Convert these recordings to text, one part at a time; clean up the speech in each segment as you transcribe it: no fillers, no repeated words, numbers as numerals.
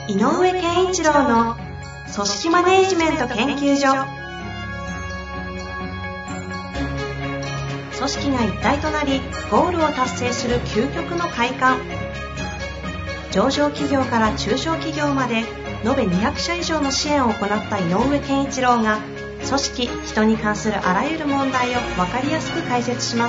井上健一郎の組織マネジメント研究所。組織が一体となりゴールを達成する究極の快感。上場企業から中小企業まで延べ200社以上の支援を行った井上健一郎が、組織・人に関するあらゆる問題を分かりやすく解説します。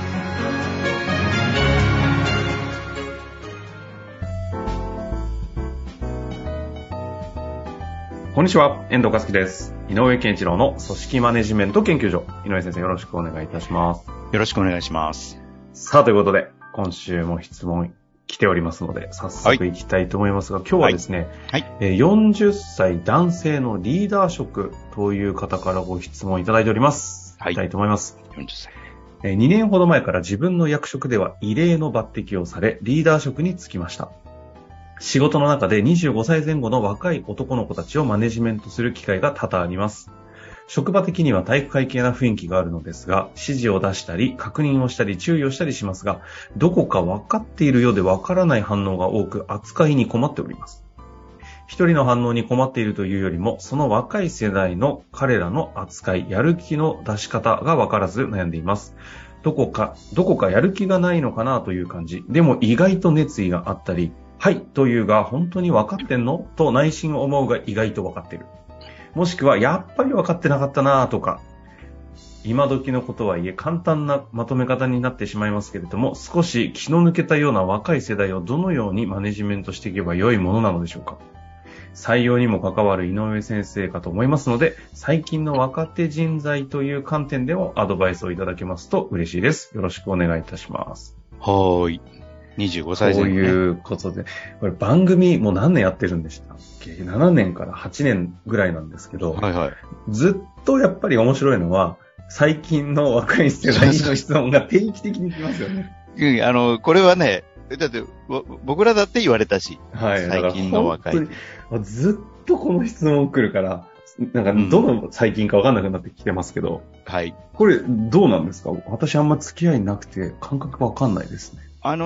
こんにちは、遠藤和樹です。井上健一郎の組織マネジメント研究所。井上先生、よろしくお願いいたします。 よろしくお願いします。 さあ、ということで、今週も質問来ておりますので、早速いきたいと思いますが、今日はですね、40歳男性のリーダー職という方からご質問いただいております。いきたいと思います。 40歳。 2年ほど前から自分の役職では異例の抜擢をされ、リーダー職に就きました。仕事の中で25歳前後の若い男の子たちをマネジメントする機会が多々あります。職場的には体育会系な雰囲気があるのですが、指示を出したり、確認をしたり、注意をしたりしますが、どこか分かっているようで分からない反応が多く、扱いに困っております。一人の反応に困っているというよりも、その若い世代の彼らの扱い、やる気の出し方が分からず悩んでいます。どこかやる気がないのかなという感じ。でも意外と熱意があったり、はいというが本当に分かってんのと内心思うが意外と分かっている。もしくはやっぱり分かってなかったなとか、今時のことはいえ簡単なまとめ方になってしまいますけれども、少し気の抜けたような若い世代をどのようにマネジメントしていけば良いものなのでしょうか。採用にも関わる井上先生かと思いますので、最近の若手人材という観点でもアドバイスをいただけますと嬉しいです。よろしくお願いいたします。 はい。25歳前後、ね。 ということで、これ番組もう何年やってるんでしたっけ？ 7 年から8年ぐらいなんですけど、ずっとやっぱり面白いのは、最近の若い世代の質問が定期的に来ますよね。 これはね、だって僕らだって言われたし、 はい、 最近の若い。 ずっとこの質問来るから、なんかどの最近か分かんなくなってきてますけど、 はい。 これどうなんですか？私あんま付き合いなくて感覚分かんないですね。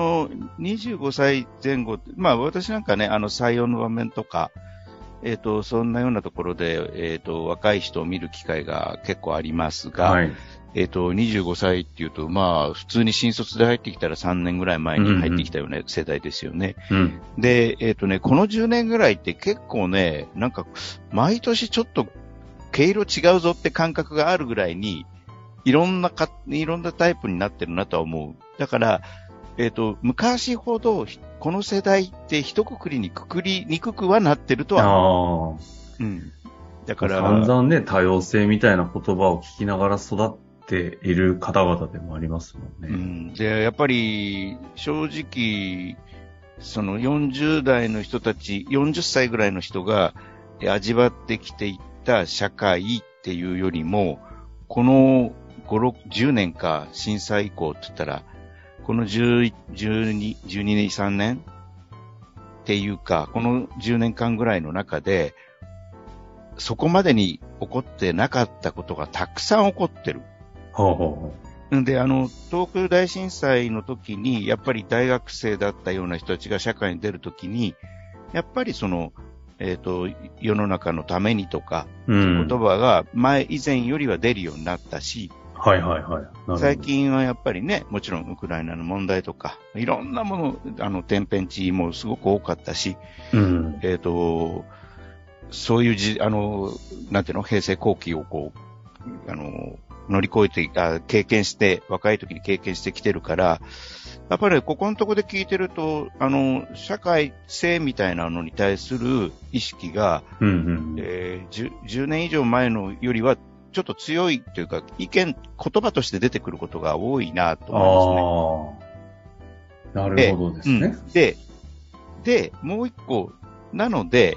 25歳前後、まあ私なんかね、採用の場面とか、そんなようなところで、若い人を見る機会が結構ありますが、はい、25歳っていうと、まあ普通に新卒で入ってきたら3年ぐらい前に入ってきたような世代ですよね。で、この10年ぐらいって結構ね、なんか、毎年ちょっと毛色違うぞって感覚があるぐらいに、いろんなタイプになってるなとは思う。だから、昔ほど、この世代って一括りにくくりにくくはなってるとは思う。だから。 散々ね、多様性みたいな言葉を聞きながら育っている方々でもありますもんね。 で、やっぱり、正直、その40代の人たち、40歳ぐらいの人が味わってきていった社会っていうよりも、この5、10年か震災以降って言ったら、この12年、3年っていうか、この10年間ぐらいの中で、そこまでに起こってなかったことがたくさん起こってる。で、東北大震災の時に、やっぱり大学生だったような人たちが社会に出る時に、やっぱりその、世の中のためにとか、言葉が以前よりは出るようになったし、最近はやっぱりね、もちろんウクライナの問題とか、いろんなもの、天変地異もすごく多かったし、そういうなんていうの、平成後期をこう、乗り越えて、経験して、若い時に経験してきてるから、やっぱりここのところで聞いてると、社会性みたいなのに対する意識が、10年以上前のよりは、ちょっと強いというか、言葉として出てくることが多いなと思いますね。なるほどですね。 で、もう一個、なので、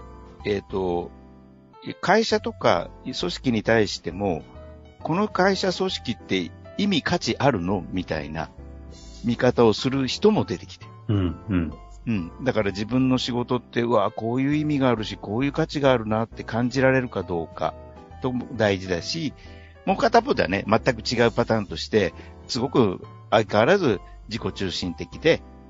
会社とか組織に対しても、この会社組織って意味価値あるのみたいな見方をする人も出てきて。だから自分の仕事って、こういう意味があるし、こういう価値があるなって感じられるかどうか。と大事だし、もう片方ではね、全く違うパターンとして、すごく相変わらず自己中心的で、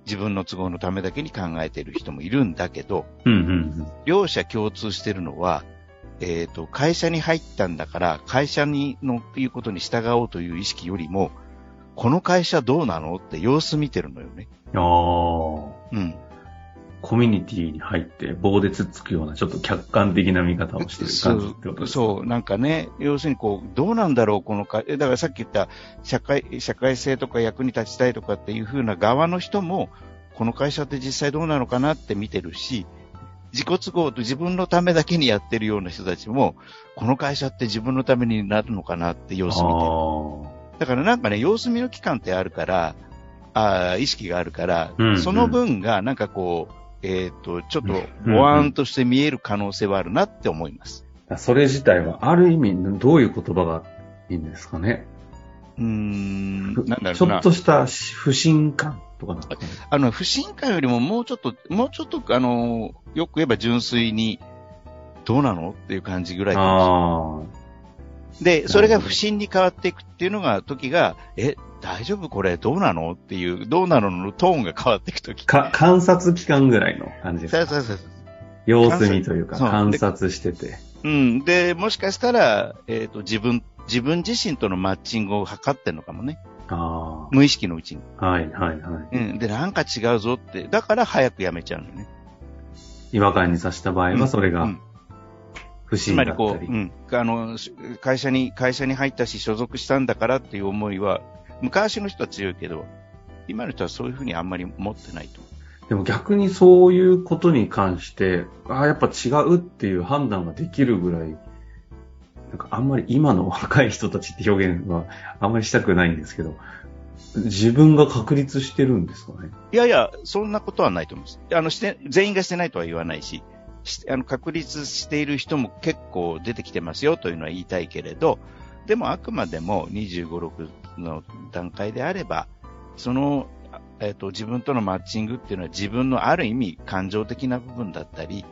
自分の都合のためだけに考えている人もいるんだけど、 うんうんうん。 両者共通しているのは、会社に入ったんだから、会社の言うことに従おうという意識よりも、この会社どうなのって様子見てるのよね。 ああ。 うん。 コミュニティに入って棒でつっつくようなちょっと客観的な見方をしてる感じってことですか？ そう、なんかね、要するにこう、どうなんだろう、この会、だからさっき言った社会性とか役に立ちたいとかっていう風な側の人も、この会社って実際どうなのかなって見てるし、自己都合と自分のためだけにやってるような人たちも、この会社って自分のためになるのかなって様子見てる。だからなんかね、様子見の期間ってあるから、意識があるから、 うんうん、 その分がなんかこう、ちょっとボワーンとして見える可能性はあるなって思います。 それ自体はある意味どういう言葉がいいんですかね。 なんだろうな。 ちょっとした不信感とかなんですかね。 不信感よりももうちょっと、よく言えば純粋に、どうなのっていう感じぐらいかもしれない。で、それが不信に変わっていくっていうのが、時が、大丈夫これどうなのっていう、どうなののトーンが変わっていく時。 観察期間ぐらいの感じですか？ そう。 様子見というか、観察してて。 うん。で、もしかしたら、自分自身とのマッチングを図ってんのかもね。無意識のうちに。 はい。 うん。で、なんか違うぞって。だから早くやめちゃうのよね。 違和感にさした場合は、それが、不審だったり。 つまりこう、会社に入ったし所属したんだからっていう思いは、昔の人は強いけど、今の人はそういうふうにあんまり持ってないと。 でも逆にそういうことに関して、やっぱ違うっていう判断ができるぐらい、なんかあんまり今の若い人たちって表現はあんまりしたくないんですけど、自分が確立してるんですかね？ いや、そんなことはないと思います。全員がしてないとは言わないし、確立している人も結構出てきてますよというのは言いたいけれど、でもあくまでも25、6の段階であれば、その、自分とのマッチングっていうのは自分のある意味感情的な部分だったり、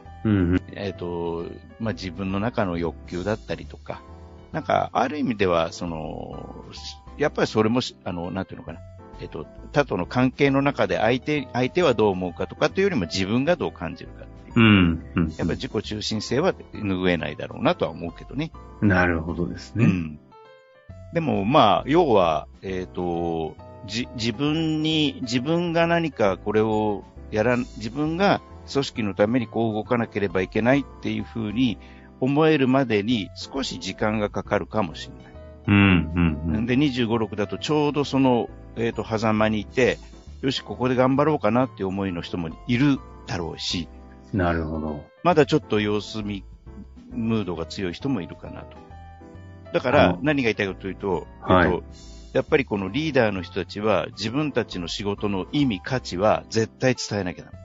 自分の中の欲求だったりとか、なんかある意味ではやっぱりそれもなんていうのかな、他との関係の中で相手はどう思うかとかというよりも自分がどう感じるかっていう、やっぱり自己中心性は拭えないだろうなとは思うけどね。なるほどですね。 でも要は自分が何かこれを自分が組織のためにこう動かなければいけないっていうふうに思えるまでに少し時間がかかるかもしれない。で、25、6だとちょうどその、狭間にいて、よし、ここで頑張ろうかなっていう思いの人もいるだろうし。 なるほど。 まだちょっと様子見、ムードが強い人もいるかなと。だから、何が言いたいかというと、やっぱりこのリーダーの人たちは自分たちの仕事の意味、価値は絶対伝えなきゃな。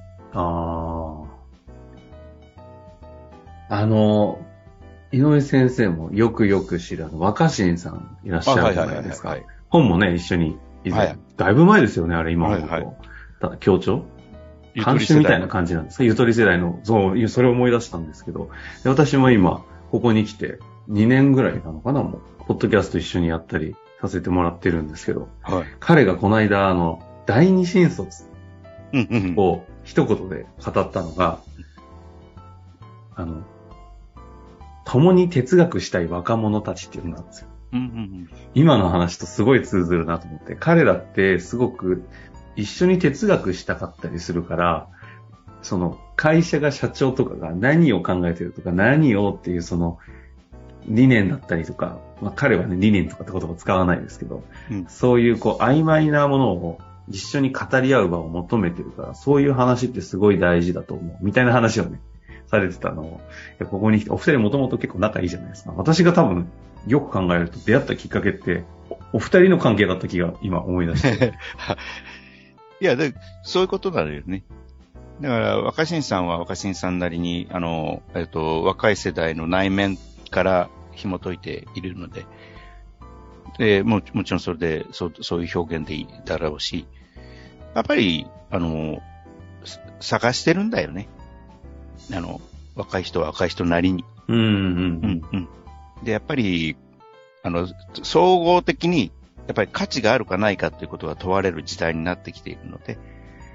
井上先生もよく知る若新さんいらっしゃるじゃないですか。本もね、一緒に以前、だいぶ前ですよね、あれ今思うと。協調監修みたいな感じなんですか？ゆとり世代の、それを思い出したんですけど、私も今、ここに来て2年ぐらいなのかな、もう、ポッドキャスト一緒にやったりさせてもらってるんですけど、彼がこの間、第二新卒を一言で語ったのが、共に哲学したい若者たちっていうのなんですよ。今の話とすごい通ずるなと思って、彼らってすごく一緒に哲学したかったりするから、その会社が社長とかが何を考えてるとか何をっていうその理念だったりとか、彼はね理念とかって言葉使わないですけど、そういう曖昧なものを一緒に語り合う場を求めてるから、そういう話ってすごい大事だと思うみたいな話をねされてたのを、ここに来てお二人もともと結構仲いいじゃないですか。私が多分よく考えると出会ったきっかけってお二人の関係だった気が今思い出していやそういうことなのよね。だから若新さんは若新さんなりに若い世代の内面から紐解いているので、もちろんそれでそういう表現でいいだろうし、やっぱり探してるんだよね。若い人は若い人なりに。で、やっぱり、総合的に、やっぱり価値があるかないかということが問われる時代になってきているので、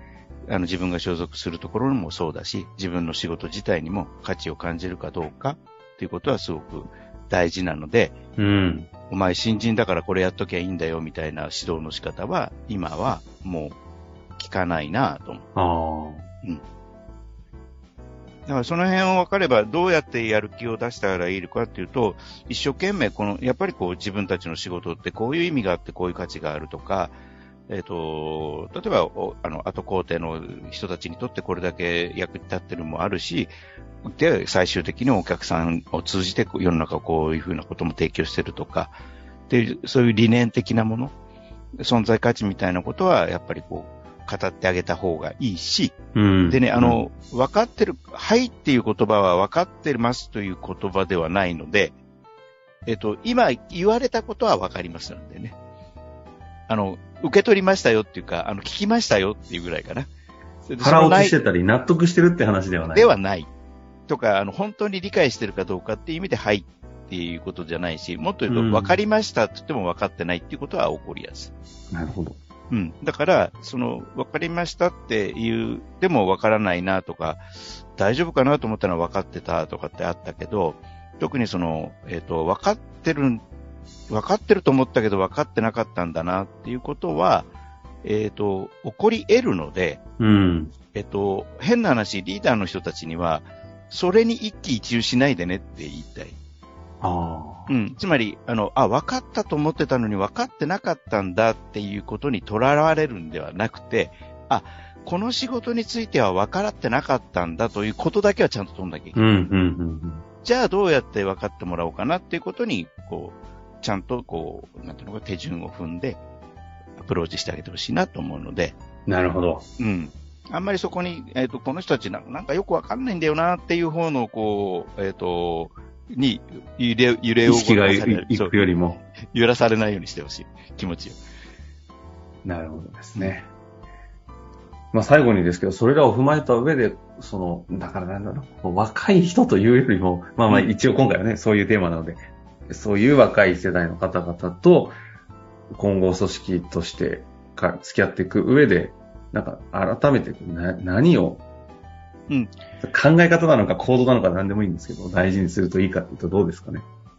自分が所属するところにもそうだし、自分の仕事自体にも価値を感じるかどうかっていうことはすごく大事なので、お前新人だからこれやっときゃいいんだよみたいな指導の仕方は今はもう聞かないなと思う。だからその辺を分かればどうやってやる気を出したらいいのかっていうと、一生懸命やっぱり自分たちの仕事ってこういう意味があってこういう価値があるとか、例えば後工程の人たちにとってこれだけ役に立ってるのもあるし、で、最終的にお客さんを通じて世の中こういうふうなことも提供してるとか、で、そういう理念的なもの、存在価値みたいなことはやっぱり語ってあげた方がいいし、でね、分かってる、はいっていう言葉は分かってますという言葉ではないので、今言われたことは分かりますのでね。受け取りましたよっていうか、聞きましたよっていうぐらいかな。 腹落ちしてたり納得してるって話ではない。 ではない。とか、本当に理解してるかどうかっていう意味ではいっていうことじゃないし、もっと言うと分かりましたって言っても分かってないっていうことは起こりやすい。 なるほど。 だから、分かりましたっていう、でも分からないなとか、大丈夫かなと思ったら分かってたとかってあったけど、特に分かってると思ったけど分かってなかったんだなっていうことは、起こり得るので、変な話、リーダーの人たちには、それに一喜一憂しないでねって言いたい。つまり、分かったと思ってたのに分かってなかったんだっていうことにとらわれるんではなくて、この仕事については分からってなかったんだということだけはちゃんと取んなきゃいけない。じゃあどうやって分かってもらおうかなっていうことに、ちゃんとなんていうのか手順を踏んでアプローチしてあげてほしいなと思うので。 なるほど。 あんまりそこに、この人たちなんかよくわかんないんだよなっていう方の、に揺れを。 意識がいくよりも。 揺らされないようにしてほしい。気持ちを。 なるほどですね。最後にですけど、それらを踏まえた上で、だからなんだろう、若い人というよりも、一応今回はね、そういうテーマなので、そういう若い世代の方々と、今後組織として付き合っていく上で、改めて何を、考え方なのか行動なのか何でもいいんですけど、大事にするといいかっていうとどうですかね。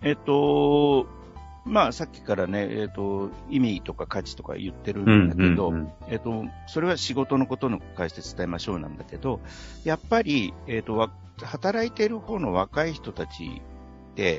さっきからね、意味とか価値とか言ってるんだけど、それは仕事のことに関して伝えましょうなんだけど、やっぱり、働いている方の若い人たちで、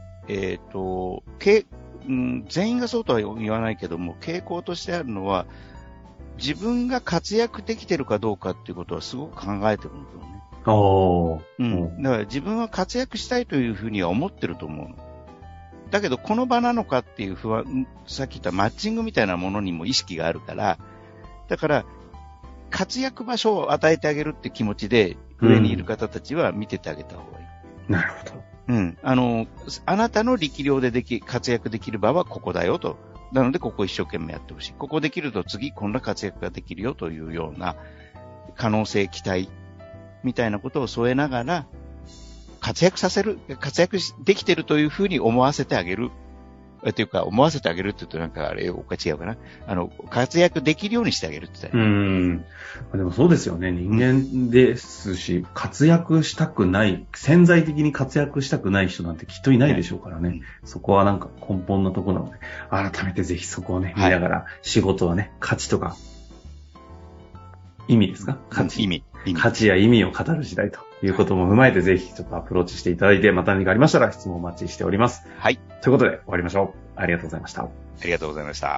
全員がそうとは言わないけども、傾向としてあるのは、自分が活躍できてるかどうかっていうことはすごく考えてるんだよね。だから自分は活躍したいというふうには思ってると思うの。だけど、この場なのかっていう不安、さっき言ったマッチングみたいなものにも意識があるから、だから、活躍場所を与えてあげるって気持ちで、上にいる方たちは見ててあげた方がいい。 なるほど。 あなたの力量で活躍できる場はここだよと。なので、ここ一生懸命やってほしい。ここできると次、こんな活躍ができるよというような可能性、期待みたいなことを添えながら、活躍できてるというふうに思わせてあげる。っていうか、思わせてあげるって言うとなんかあれ、おか違うかな。活躍できるようにしてあげるって言ったら。 でもそうですよね。人間ですし、活躍したくない、潜在的に活躍したくない人なんてきっといないでしょうからね。そこはなんか根本のところなので、改めてぜひそこをね、見ながら、仕事はね、価値とか、意味ですか？価値。価値や意味を語る時代ということも踏まえて、ぜひちょっとアプローチしていただいて、また何かありましたら質問お待ちしております。 はい。 ということで終わりましょう。ありがとうございました。 ありがとうございました。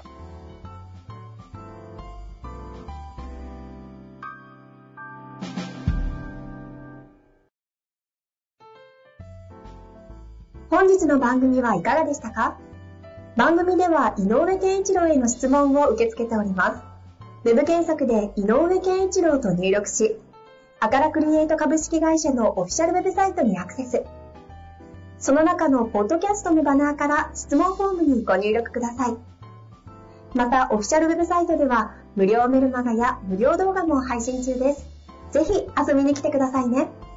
本日の番組はいかがでしたか？番組では井上健一郎への質問を受け付けております。ウェブ検索で井上健一郎と入力し、アカラクリエイト株式会社のオフィシャルウェブサイトにアクセス。その中のポッドキャストのバナーから質問フォームにご入力ください。また、オフィシャルウェブサイトでは無料メルマガや無料動画も配信中です。ぜひ遊びに来てくださいね。